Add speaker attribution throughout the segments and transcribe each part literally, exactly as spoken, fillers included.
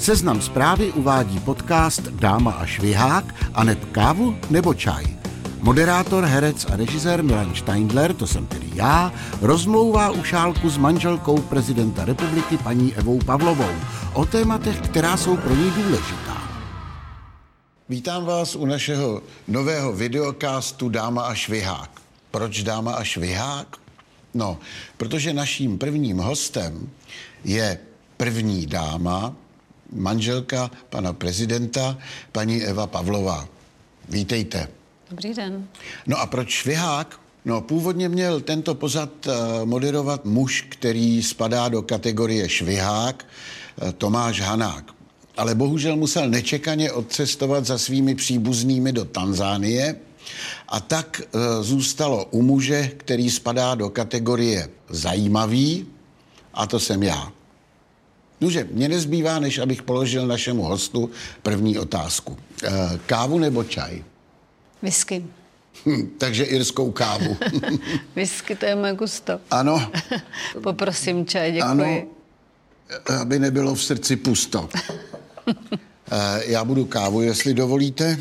Speaker 1: Seznam Zprávy uvádí podcast Dáma a švihák a neb kávu nebo čaj. Moderátor, herec a režisér Milan Steindler, to jsem tedy já, rozmlouvá u šálku s manželkou prezidenta republiky paní Evou Pavlovou o tématech, která jsou pro ní důležitá. Vítám vás u našeho nového videocastu Dáma a švihák. Proč Dáma a švihák? No, protože naším prvním hostem je první dáma, manželka pana prezidenta, paní Eva Pavlová. Vítejte.
Speaker 2: Dobrý den.
Speaker 1: No a proč švihák? No, původně měl tento pořad moderovat muž, který spadá do kategorie švihák, Tomáš Hanák. Ale bohužel musel nečekaně odcestovat za svými příbuznými do Tanzánie a tak e, zůstalo u muže, který spadá do kategorie zajímavý, a to jsem já. Nože, mně nezbývá, než abych položil našemu hostu první otázku. E, kávu nebo čaj?
Speaker 2: Whisky.
Speaker 1: Hm, takže irskou kávu.
Speaker 2: Whisky, to je moje gusto.
Speaker 1: Ano.
Speaker 2: Poprosím čaj, děkuji.
Speaker 1: Ano, aby nebylo v srdci pusto. e, já budu kávu, jestli dovolíte.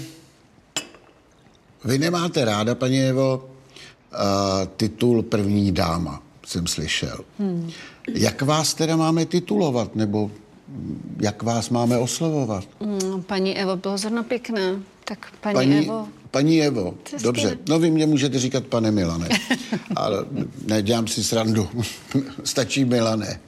Speaker 1: Vy nemáte ráda, paní Evo, uh, titul první dáma, jsem slyšel. Hmm. Jak vás teda máme titulovat, nebo jak vás máme oslovovat?
Speaker 2: Hmm, paní Evo, bylo zrovna pěkné. Tak paní,
Speaker 1: paní
Speaker 2: Evo...
Speaker 1: Paní Evo, Cestě. Dobře. No vy mě můžete říkat pane Milane. Ale nedělám si srandu. Stačí Milane.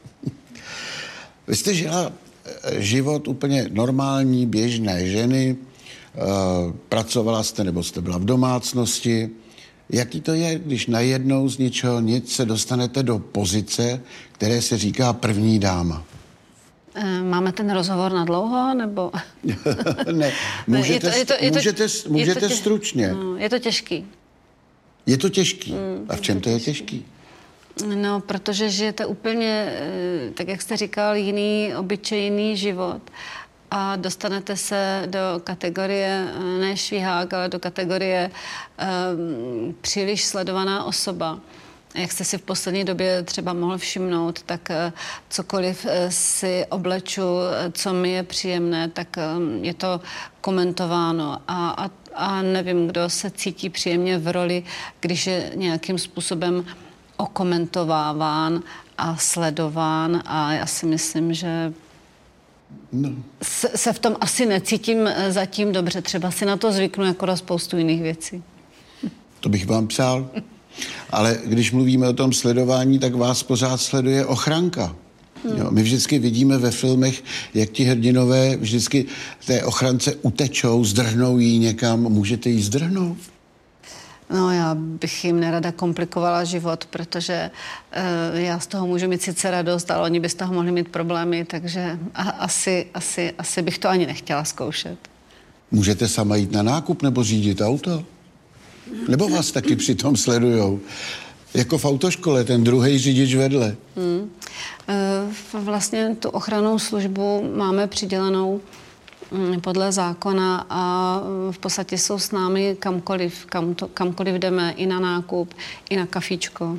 Speaker 1: Vy jste žila život úplně normální, běžné ženy, Uh, pracovala jste, nebo jste byla v domácnosti. Jaký to je, když najednou z ničeho nic se dostanete do pozice, které se říká první dáma?
Speaker 2: Máme ten rozhovor na dlouho, nebo...
Speaker 1: ne, můžete,
Speaker 2: je to, je to, je to,
Speaker 1: můžete, můžete
Speaker 2: je to tě,
Speaker 1: stručně.
Speaker 2: No, je to těžký.
Speaker 1: Je to těžký. Mm, A v čem to je těžký?
Speaker 2: No, protože žijete úplně, tak jak jste říkal, jiný, obyčejný život. A dostanete se do kategorie, ne švihák, ale do kategorie um, příliš sledovaná osoba. Jak jste si v poslední době třeba mohl všimnout, tak uh, cokoliv uh, si obleču, uh, co mi je příjemné, tak um, je to komentováno. A, a, a nevím, kdo se cítí příjemně v roli, když je nějakým způsobem okomentováván a sledován. A já si myslím, že No. Se, se v tom asi necítím zatím dobře. Třeba si na to zvyknu jako na spoustu jiných věcí.
Speaker 1: To bych vám přál. Ale když mluvíme o tom sledování, tak vás pořád sleduje ochranka. Hmm. Jo, my vždycky vidíme ve filmech, jak ti hrdinové vždycky té ochrance utečou, zdrhnou jí někam. Můžete jí zdrhnout?
Speaker 2: No, já bych jim nerada komplikovala život, protože uh, já z toho můžu mít sice radost, ale oni by z toho mohli mít problémy, takže a, asi, asi, asi bych to ani nechtěla zkoušet. Můžete sama jít na nákup nebo řídit auto? Nebo vás taky přitom sledujou? Jako v autoškole, ten druhý řidič vedle. Hmm. Uh, vlastně tu ochrannou službu máme přidělenou podle zákona a v podstatě jsou s námi kamkoliv, kam to, kamkoliv jdeme, i na nákup, i na kafíčko.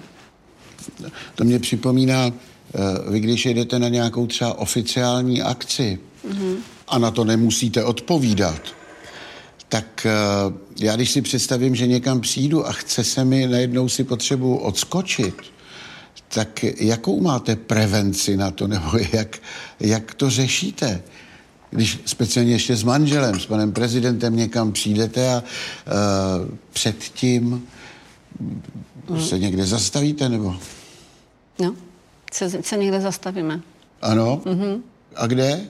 Speaker 2: To mě připomíná, vy když jedete na nějakou třeba oficiální akci mm-hmm. a na to nemusíte odpovídat, tak já když si představím, že někam přijdu a chce se mi, najednou si potřebuji odskočit, tak jakou máte prevenci na to, nebo jak, jak to řešíte? Když speciálně ještě s manželem, s panem prezidentem někam přijdete a uh, předtím mm. se někde zastavíte, nebo? No, se, se někde zastavíme. Ano? Mm-hmm. A kde?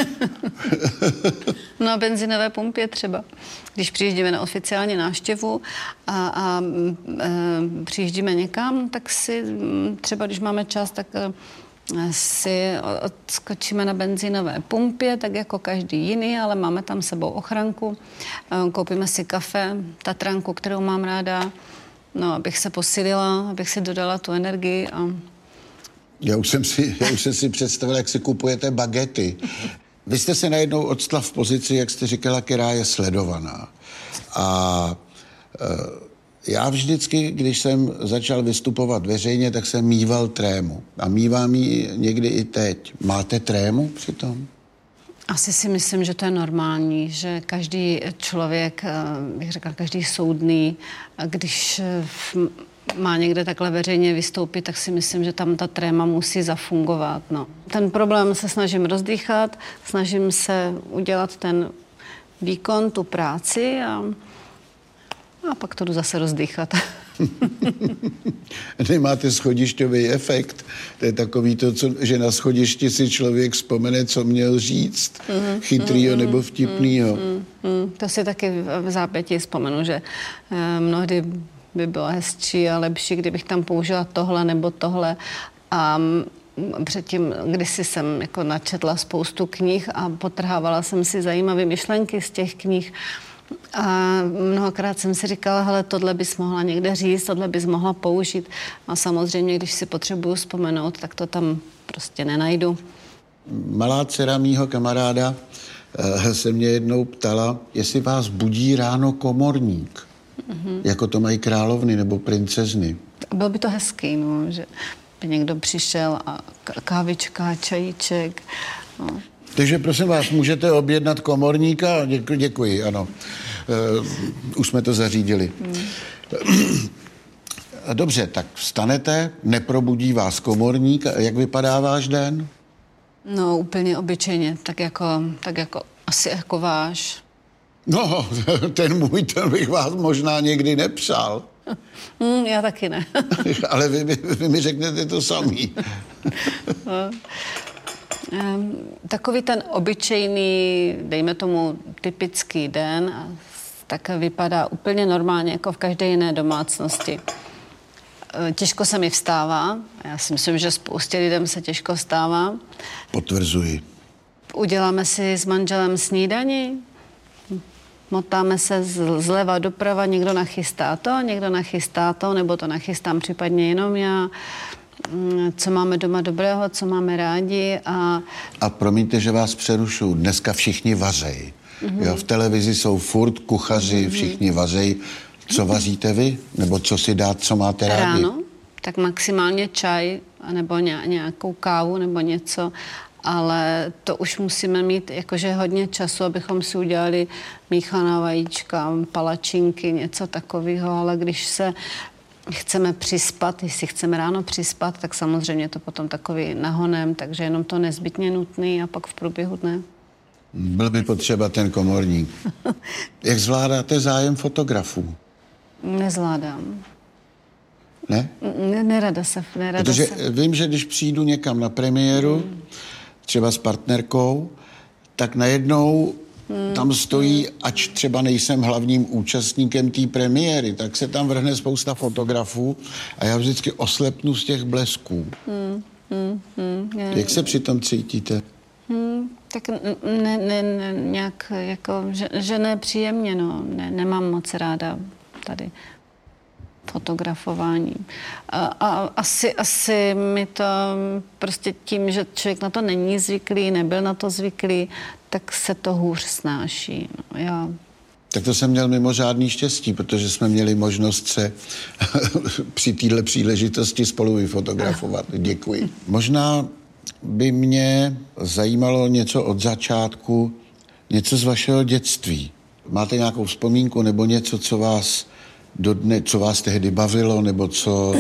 Speaker 2: Na benzinové pumpě třeba. Když přijíždíme na oficiální návštěvu a, a e, přijíždíme někam, tak si třeba, když máme čas, tak e, si odskočíme na benzínové pumpě, tak jako každý jiný, ale máme tam s sebou ochranku. Koupíme si kafe, tatranku, kterou mám ráda, no, abych se posílila, abych si dodala tu energii. A... Já už jsem si, já už jsem si představila, jak si kupujete bagety. Vy jste se najednou odstla v pozici, jak jste říkala, která je sledovaná. A e, já vždycky, když jsem začal vystupovat veřejně, tak jsem mýval trému. A mývám ji někdy i teď. Máte trému přitom? Asi si myslím, že to je normální, že každý člověk, bych řekla, každý soudný, když má někde takhle veřejně vystoupit, tak si myslím, že tam ta tréma musí zafungovat. No. Ten problém se snažím rozdýchat, snažím se udělat ten výkon, tu práci a, a pak to jdu zase rozdýchat.
Speaker 3: Nemáte schodišťový efekt? To je takový to, co, že na schodišti si člověk vzpomene, co měl říct, mm-hmm. chytrýho mm-hmm. nebo vtipnýho.
Speaker 2: Mm-hmm. To si taky v zápětí vzpomenu, že eh, mnohdy by bylo hezčí a lepší, kdybych tam použila tohle nebo tohle. A předtím, kdysi jsem jako načetla spoustu knih a potrhávala jsem si zajímavé myšlenky z těch knih. A mnohokrát jsem si říkala, hele, tohle bys mohla někde říct, tohle bys mohla použít. A samozřejmě, když si potřebuju vzpomenout, tak to tam prostě nenajdu.
Speaker 3: Malá dcera mýho kamaráda se mě jednou ptala, jestli vás budí ráno komorník. Mm-hmm. Jako to mají královny nebo princezny.
Speaker 2: Bylo by to hezký, no, že by někdo přišel a kávička, čajíček. No.
Speaker 3: Takže prosím vás, můžete objednat komorníka? Děkuji, děkuji ano. Uh, už jsme to zařídili. Hmm. Dobře, tak vstanete, neprobudí vás komorník. Jak vypadá váš den?
Speaker 2: No, úplně obyčejně, tak jako, tak jako asi jako váš.
Speaker 3: No, ten můj, ten bych vás možná někdy nepřál.
Speaker 2: Hmm, já taky ne.
Speaker 3: Ale vy, vy, vy mi řeknete to samý.
Speaker 2: No. Um, takový ten obyčejný, dejme tomu typický den, a tak vypadá úplně normálně, jako v každé jiné domácnosti. Těžko se mi vstává. Já si myslím, že spoustě lidem se těžko vstává.
Speaker 3: Potvrzuji.
Speaker 2: Uděláme si s manželem snídani, motáme se zleva doprava, někdo nachystá to, někdo nachystá to, nebo to nachystám případně jenom já. Co máme doma dobrého, co máme rádi a...
Speaker 3: A promiňte, že vás přerušu. Dneska všichni vařej. Mm-hmm. Jo, v televizi jsou furt kuchaři, všichni vařej. Co vaříte vy? Nebo co si dát, co máte rádi?
Speaker 2: Ráno, tak maximálně čaj, nebo nějakou kávu, nebo něco. Ale to už musíme mít jakože hodně času, abychom si udělali míchaná vajíčka, palačinky, něco takového. Ale když se chceme přispat, jestli chceme ráno přispat, tak samozřejmě to potom takový nahonem, takže jenom to nezbytně nutný a pak v průběhu dne.
Speaker 3: Byl by potřeba ten komorník. Jak zvládáte zájem fotografů?
Speaker 2: Nezvládám.
Speaker 3: Ne?
Speaker 2: Ne, nerada se. Nerada
Speaker 3: Protože
Speaker 2: se.
Speaker 3: vím, že když přijdu někam na premiéru, hmm. třeba s partnerkou, tak najednou Hmm. tam stojí, ač třeba nejsem hlavním účastníkem té premiéry, tak se tam vrhne spousta fotografů a já vždycky oslepnu z těch blesků. Hmm. Hmm. Hmm. Jak se přitom cítíte?
Speaker 2: Hmm. Tak ne, ne, ne, nějak jako, že, že nepříjemně, no. Ne, nemám moc ráda tady fotografování. A, a asi, asi mi to prostě tím, že člověk na to není zvyklý, nebyl na to zvyklý, tak se to hůř snáší. No, já...
Speaker 3: Tak to jsem měl mimořádný štěstí, protože jsme měli možnost se při téhle příležitosti spolu vyfotografovat. Děkuji. Možná by mě zajímalo něco od začátku, něco z vašeho dětství. Máte nějakou vzpomínku nebo něco, co vás do dne, co vás tehdy bavilo, nebo co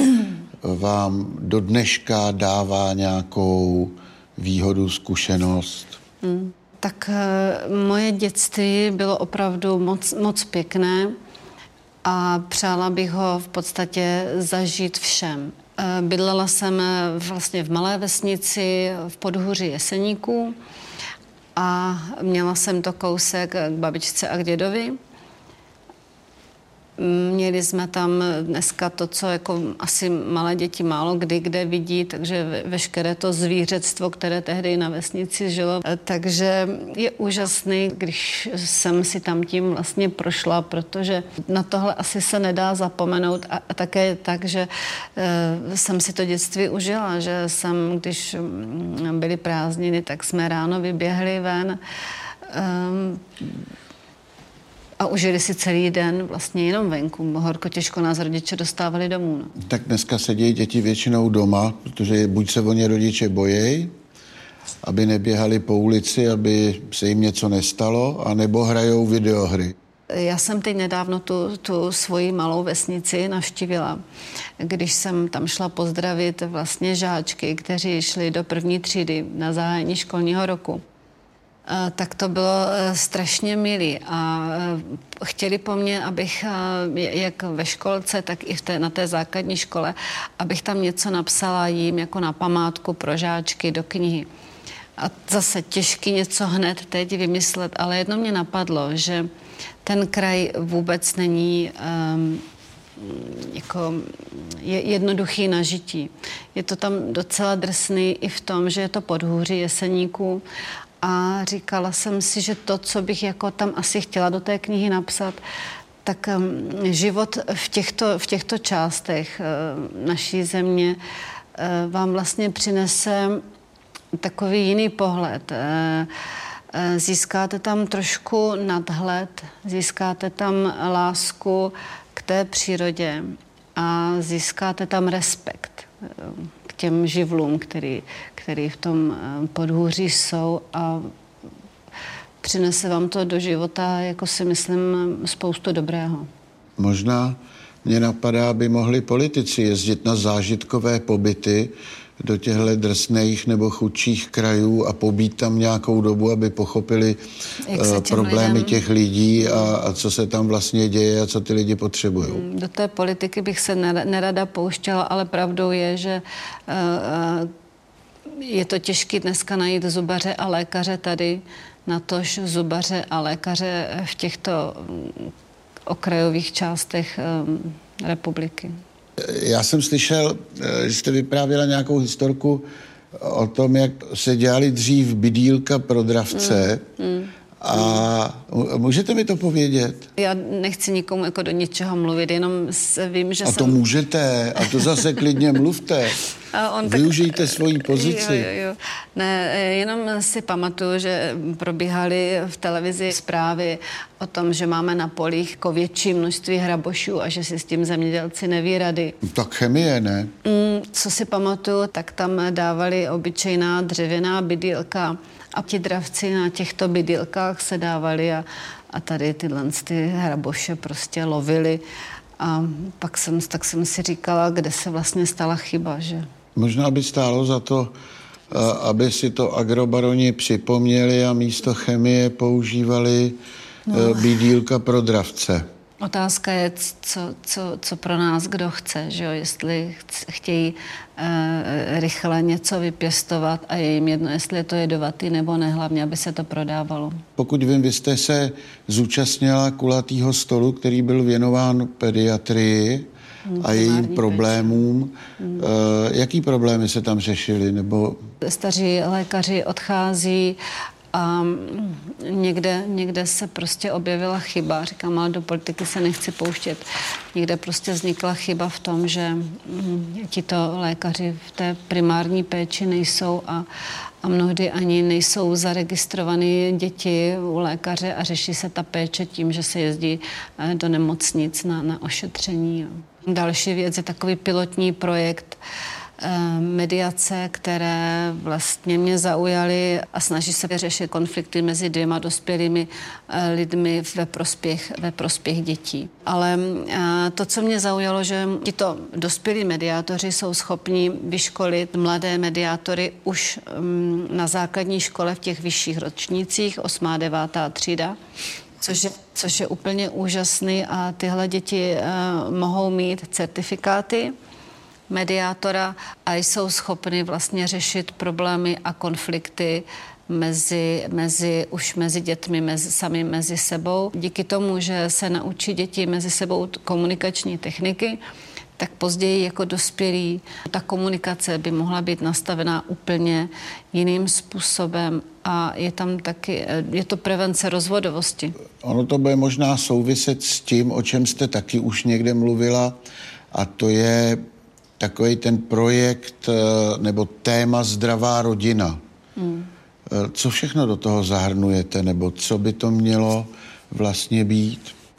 Speaker 3: vám do dneška dává nějakou výhodu, zkušenost?
Speaker 2: Hmm. Tak moje dětství bylo opravdu moc, moc pěkné a přála bych ho v podstatě zažít všem. Bydlela jsem vlastně v malé vesnici v podhůří Jeseníků a měla jsem to kousek k babičce a k dědovi. Měli jsme tam dneska to, co jako asi malé děti málo kdy kde vidí, takže veškeré to zvířectvo, které tehdy na vesnici žilo. Takže je úžasný, když jsem si tam tím vlastně prošla, protože na tohle asi se nedá zapomenout a, a také je tak, že e, jsem si to dětství užila, že jsem, když byly prázdniny, tak jsme ráno vyběhli ven e, a užili si celý den vlastně jenom venku. Horko těžko nás rodiče dostávali domů. No.
Speaker 3: Tak dneska sedí děti většinou doma, protože buď se o ně rodiče bojejí, aby neběhali po ulici, aby se jim něco nestalo, anebo hrajou videohry?
Speaker 2: Já jsem teď nedávno tu, tu svoji malou vesnici navštívila, když jsem tam šla pozdravit vlastně žáčky, kteří šli do první třídy na zahájení školního roku. Tak to bylo strašně milý a chtěli po mně, abych jak ve školce, tak i v té, na té základní škole, abych tam něco napsala jim jako na památku pro žáčky do knihy. A zase těžký něco hned teď vymyslet, ale jedno mě napadlo, že ten kraj vůbec není um, jako je jednoduchý na žití. Je to tam docela drsný i v tom, že je to podhůří Jeseníků a říkala jsem si, že to, co bych jako tam asi chtěla do té knihy napsat, tak um, život v těchto, v těchto částech uh, naší země uh, vám vlastně přinese takový jiný pohled. Získáte tam trošku nadhled, získáte tam lásku k té přírodě a získáte tam respekt k těm živlům, který, který v tom podhůří jsou a přinese vám to do života, jako si myslím, spoustu dobrého.
Speaker 3: Možná mě napadá, aby mohli politici jezdit na zážitkové pobyty do těchto drsných nebo chudších krajů a pobít tam nějakou dobu, aby pochopili uh, problémy lidem, těch lidí a, a co se tam vlastně děje a co ty lidi potřebují.
Speaker 2: Do té politiky bych se nerada pouštěla, ale pravdou je, že uh, je to těžké dneska najít zubaře a lékaře tady, natož zubaře a lékaře v těchto okrajových částech um, republiky.
Speaker 3: Já jsem slyšel, že jste vyprávěla nějakou historku o tom, jak se dělali dřív bydýlka pro dravce. Mm, mm, a můžete mi to povědět?
Speaker 2: Já nechci nikomu jako do ničeho mluvit, jenom vím, že
Speaker 3: a
Speaker 2: jsem...
Speaker 3: A to můžete, a to zase klidně mluvte. A on Využijte tak... svoji pozici.
Speaker 2: Jo, jo, jo. Ne, jenom si pamatuju, že probíhaly v televizi zprávy o tom, že máme na polích jako větší množství hrabošů a že si s tím zemědělci neví rady.
Speaker 3: Tak chemie, ne?
Speaker 2: Mm, co si pamatuju, tak tam dávali obyčejná dřevěná bydýlka a ti dravci na těchto bydýlkách se dávali a, a tady tyhle ty hraboše prostě lovili. A pak jsem, tak jsem si říkala, kde se vlastně stala chyba, že...
Speaker 3: Možná by stálo za to, aby si to agrobaroni připomněli a místo chemie používali no. bydýlka pro dravce.
Speaker 2: Otázka je, co, co, co pro nás kdo chce, že jo? Jestli chtějí e, rychle něco vypěstovat a je jim jedno, jestli je to jedovatý nebo ne, hlavně, aby se to prodávalo. Pokud
Speaker 3: vím, vy jste se zúčastnila kulatýho stolu, který byl věnován pediatrii hmm, a jejím problémům. Hmm. E, jaký problémy se tam řešily? Nebo...
Speaker 2: Staří lékaři odchází a někde, někde se prostě objevila chyba. Říkám, ale do politiky se nechci pouštět. Někde prostě vznikla chyba v tom, že tito lékaři v té primární péči nejsou a, a mnohdy ani nejsou zaregistrované děti u lékaře a řeší se ta péče tím, že se jezdí do nemocnic na, na ošetření. Další věc je takový pilotní projekt mediace, které vlastně mě zaujaly a snaží se vyřešit konflikty mezi dvěma dospělými lidmi ve prospěch, ve prospěch dětí. Ale to, co mě zaujalo, že tito dospělí mediátoři jsou schopni vyškolit mladé mediátory už na základní škole v těch vyšších ročnících, osmá, devátá třída, což je, což je úplně úžasný a tyhle děti mohou mít certifikáty mediátora a jsou schopni vlastně řešit problémy a konflikty mezi, mezi, už mezi dětmi, mezi, sami mezi sebou. Díky tomu, že se naučí děti mezi sebou komunikační techniky, tak později jako dospělí ta komunikace by mohla být nastavená úplně jiným způsobem a je tam taky, je to prevence rozvodovosti.
Speaker 3: Ono to bude možná souviset s tím, o čem jste taky už někde mluvila, a to je takový ten projekt nebo téma zdravá rodina. Hmm. Co všechno do toho zahrnujete, nebo co by to mělo vlastně být?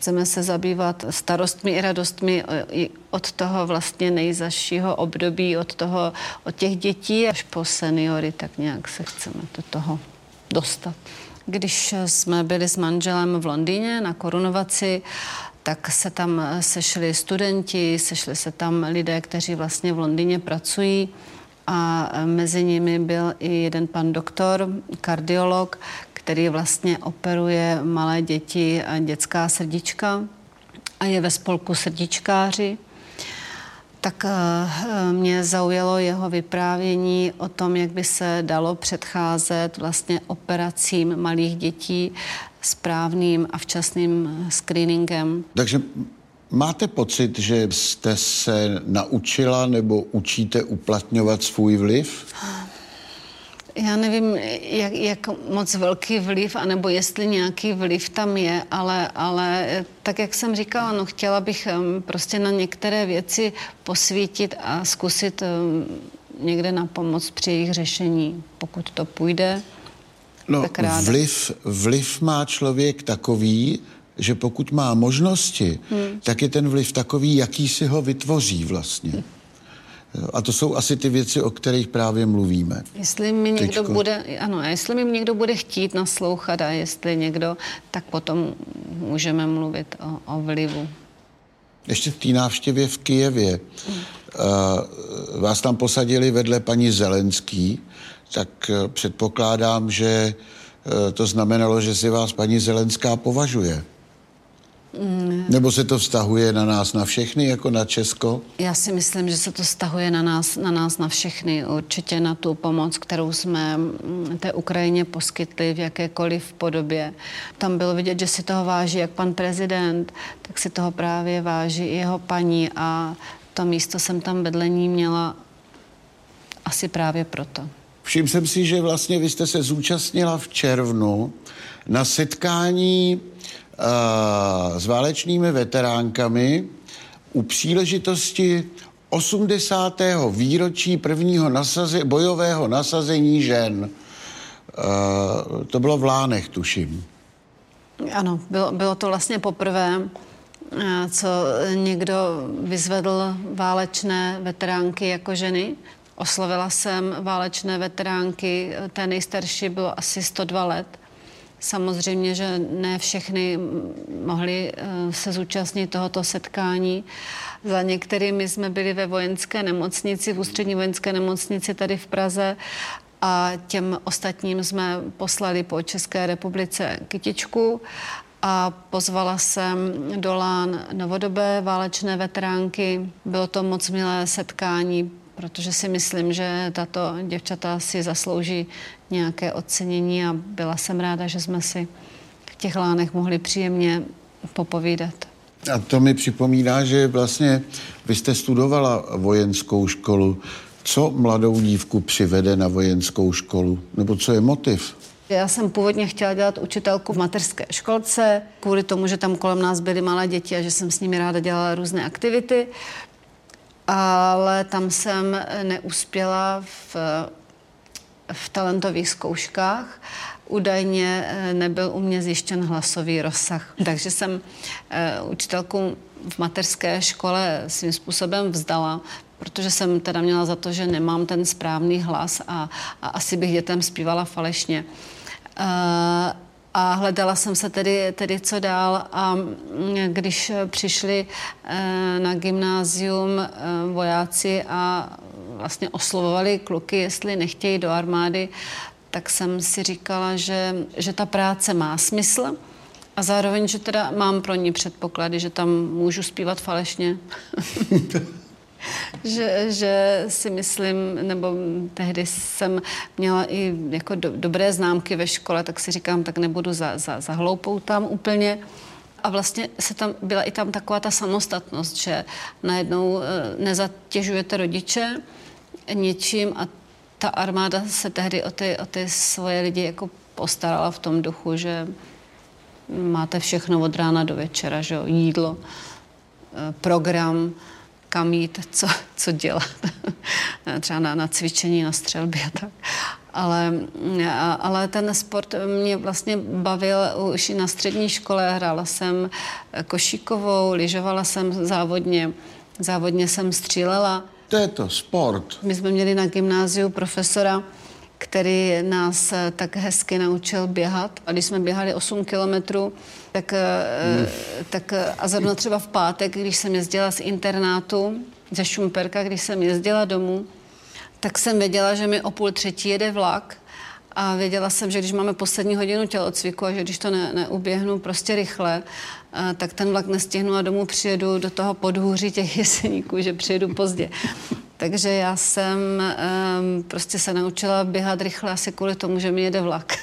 Speaker 2: Chceme se zabývat starostmi i radostmi i od toho vlastně nejzazšího období, od toho, od těch dětí až po seniory, tak nějak se chceme do toho dostat. Když jsme byli s manželem v Londýně na korunovaci, tak se tam sešli studenti, sešli se tam lidé, kteří vlastně v Londýně pracují a mezi nimi byl i jeden pan doktor, kardiolog, který vlastně operuje malé děti a dětská srdíčka a je ve spolku srdíčkáři. Tak mě zaujalo jeho vyprávění o tom, jak by se dalo předcházet vlastně operacím malých dětí správným a včasným screeningem.
Speaker 3: Takže máte pocit, že jste se naučila nebo učíte uplatňovat svůj vliv?
Speaker 2: Já nevím, jak, jak moc velký vliv, anebo jestli nějaký vliv tam je, ale, ale tak, jak jsem říkala, no chtěla bych prostě na některé věci posvítit a zkusit někde na pomoc při jejich řešení, pokud to půjde.
Speaker 3: No,
Speaker 2: tak ráda.
Speaker 3: Vliv, vliv má člověk takový, že pokud má možnosti, hmm. tak je ten vliv takový, jaký si ho vytvoří vlastně. Hmm. A to jsou asi ty věci, o kterých právě mluvíme.
Speaker 2: Jestli mi někdo Teďko. bude, ano, a jestli mi někdo bude chtít naslouchat a jestli někdo, tak potom můžeme mluvit o, o vlivu.
Speaker 3: Ještě v té návštěvě v Kyjevě hmm. uh, vás tam posadili vedle paní Zelenský, tak uh, předpokládám, že uh, to znamenalo, že si vás paní Zelenská považuje. Mm. Nebo se to vztahuje na nás, na všechny, jako na Česko?
Speaker 2: Já si myslím, že se to vztahuje na nás, na nás, na všechny. Určitě na tu pomoc, kterou jsme té Ukrajině poskytli v jakékoliv podobě. Tam bylo vidět, že si toho váží jak pan prezident, tak si toho právě váží i jeho paní a to místo jsem tam vedle ní měla asi právě proto.
Speaker 3: Všiml jsem si, že vlastně vy jste se zúčastnila v červnu na setkání Uh, s válečnými veteránkami u příležitosti osmdesátého výročí prvního nasaze, bojového nasazení žen. Uh, to bylo v Lánech, tuším.
Speaker 2: Ano, bylo, bylo to vlastně poprvé, co někdo vyzvedl válečné veteránky jako ženy. Oslovila jsem válečné veteránky, té nejstarší bylo asi sto dva let. Samozřejmě, že ne všechny mohli se zúčastnit tohoto setkání. Za některými jsme byli ve vojenské nemocnici, v ústřední vojenské nemocnici tady v Praze a těm ostatním jsme poslali po České republice kytičku a pozvala jsem do Lán novodobé válečné veteránky. Bylo to moc milé setkání, protože si myslím, že tato děvčata si zaslouží nějaké ocenění a byla jsem ráda, že jsme si v těch Lánech mohli příjemně popovídat.
Speaker 3: A to mi připomíná, že vlastně vy jste studovala vojenskou školu. Co mladou dívku přivede na vojenskou školu? Nebo co je motiv?
Speaker 2: Já jsem původně chtěla dělat učitelku v mateřské školce, kvůli tomu, že tam kolem nás byly malé děti a že jsem s nimi ráda dělala různé aktivity. Ale tam jsem neuspěla v, v talentových zkouškách. Údajně nebyl u mě zjištěn hlasový rozsah. Takže jsem uh, učitelku v mateřské škole svým způsobem vzdala, protože jsem teda měla za to, že nemám ten správný hlas a, a asi bych dětem zpívala falešně. Uh, A hledala jsem se tedy, tedy co dál a když přišli na gymnázium vojáci a vlastně oslovovali kluky, jestli nechtějí do armády, tak jsem si říkala, že, že ta práce má smysl a zároveň, že teda mám pro ní předpoklady, že tam můžu zpívat falešně. Že, že si myslím, nebo tehdy jsem měla i jako do, dobré známky ve škole, tak si říkám, tak nebudu za, za, za hloupou tam úplně. A vlastně se tam, byla i tam taková ta samostatnost, že najednou nezatěžujete rodiče něčím a ta armáda se tehdy o ty, o ty svoje lidi jako postarala v tom duchu, že máte všechno od rána do večera, že jo, jídlo, program, kam jít, co, co dělat. Třeba na, na cvičení, na střelbě a tak. Ale, ale ten sport mě vlastně bavil už i na střední škole. Hrála jsem košíkovou, lyžovala jsem závodně, závodně jsem střílela.
Speaker 3: To je to, sport.
Speaker 2: My jsme měli na gymnáziu profesora, který nás tak hezky naučil běhat. A když jsme běhali osm kilometrů, tak, mm. tak a zrovna třeba v pátek, když jsem jezdila z internátu, ze Šumperka, když jsem jezdila domů, tak jsem věděla, že mi o půl třetí jede vlak a věděla jsem, že když máme poslední hodinu tělocviku a že když to ne, neuběhnu prostě rychle, a, tak ten vlak nestihnu a domů přijedu do toho podhůří těch Jeseníků, že přijedu pozdě. Takže já jsem um, prostě se naučila běhat rychle asi kvůli tomu, že mi jede vlak.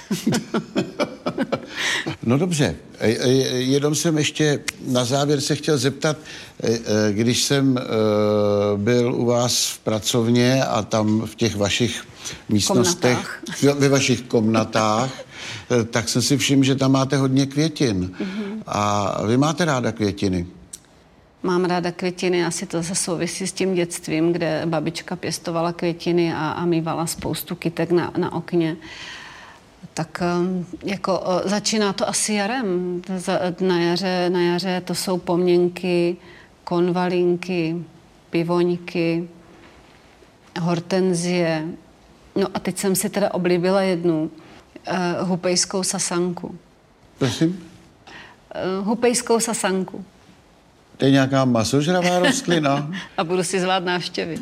Speaker 3: No dobře, jenom jsem ještě na závěr se chtěl zeptat, když jsem byl u vás v pracovně a tam v těch vašich místnostech, komnatách. ve vašich komnatách, tak jsem si všiml, že tam máte hodně květin. Mm-hmm. A vy máte ráda květiny?
Speaker 2: Mám ráda květiny, asi to se souvisí s tím dětstvím, kde babička pěstovala květiny a, a mývala spoustu kytek na, na okně. Tak jako začíná to asi jarem. Na jaře, na jaře to jsou poměnky, konvalinky, pivoňky, hortenzie. No a teď jsem si teda oblíbila jednu, uh, hupejskou sasanku.
Speaker 3: Prosím?
Speaker 2: Uh, hupejskou sasanku.
Speaker 3: To je nějaká masožravá rostlina?
Speaker 2: A budu si zvát návštěvy.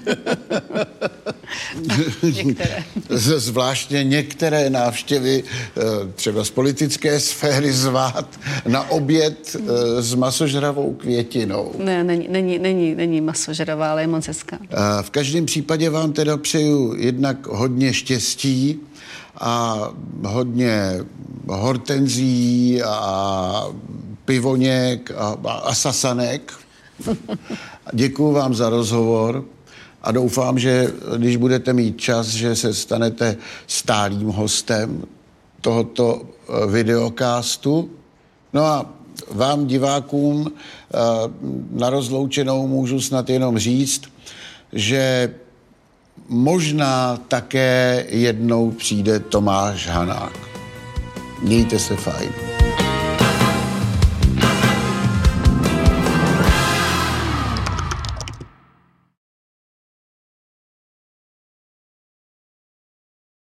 Speaker 2: Některé.
Speaker 3: Zvláštně některé návštěvy, třeba z politické sféry, zvát na oběd s masožravou květinou.
Speaker 2: Ne, není, není, není, není masožravá, ale je moc hezká.
Speaker 3: V každém případě vám teda přeju jednak hodně štěstí a hodně hortenzí a pivoněk a, a sasanek. Děkuju vám za rozhovor a doufám, že když budete mít čas, že se stanete stálým hostem tohoto videocastu. No a vám, divákům, na rozloučenou můžu snad jenom říct, že možná také jednou přijde Tomáš Hanák. Mějte se fajn.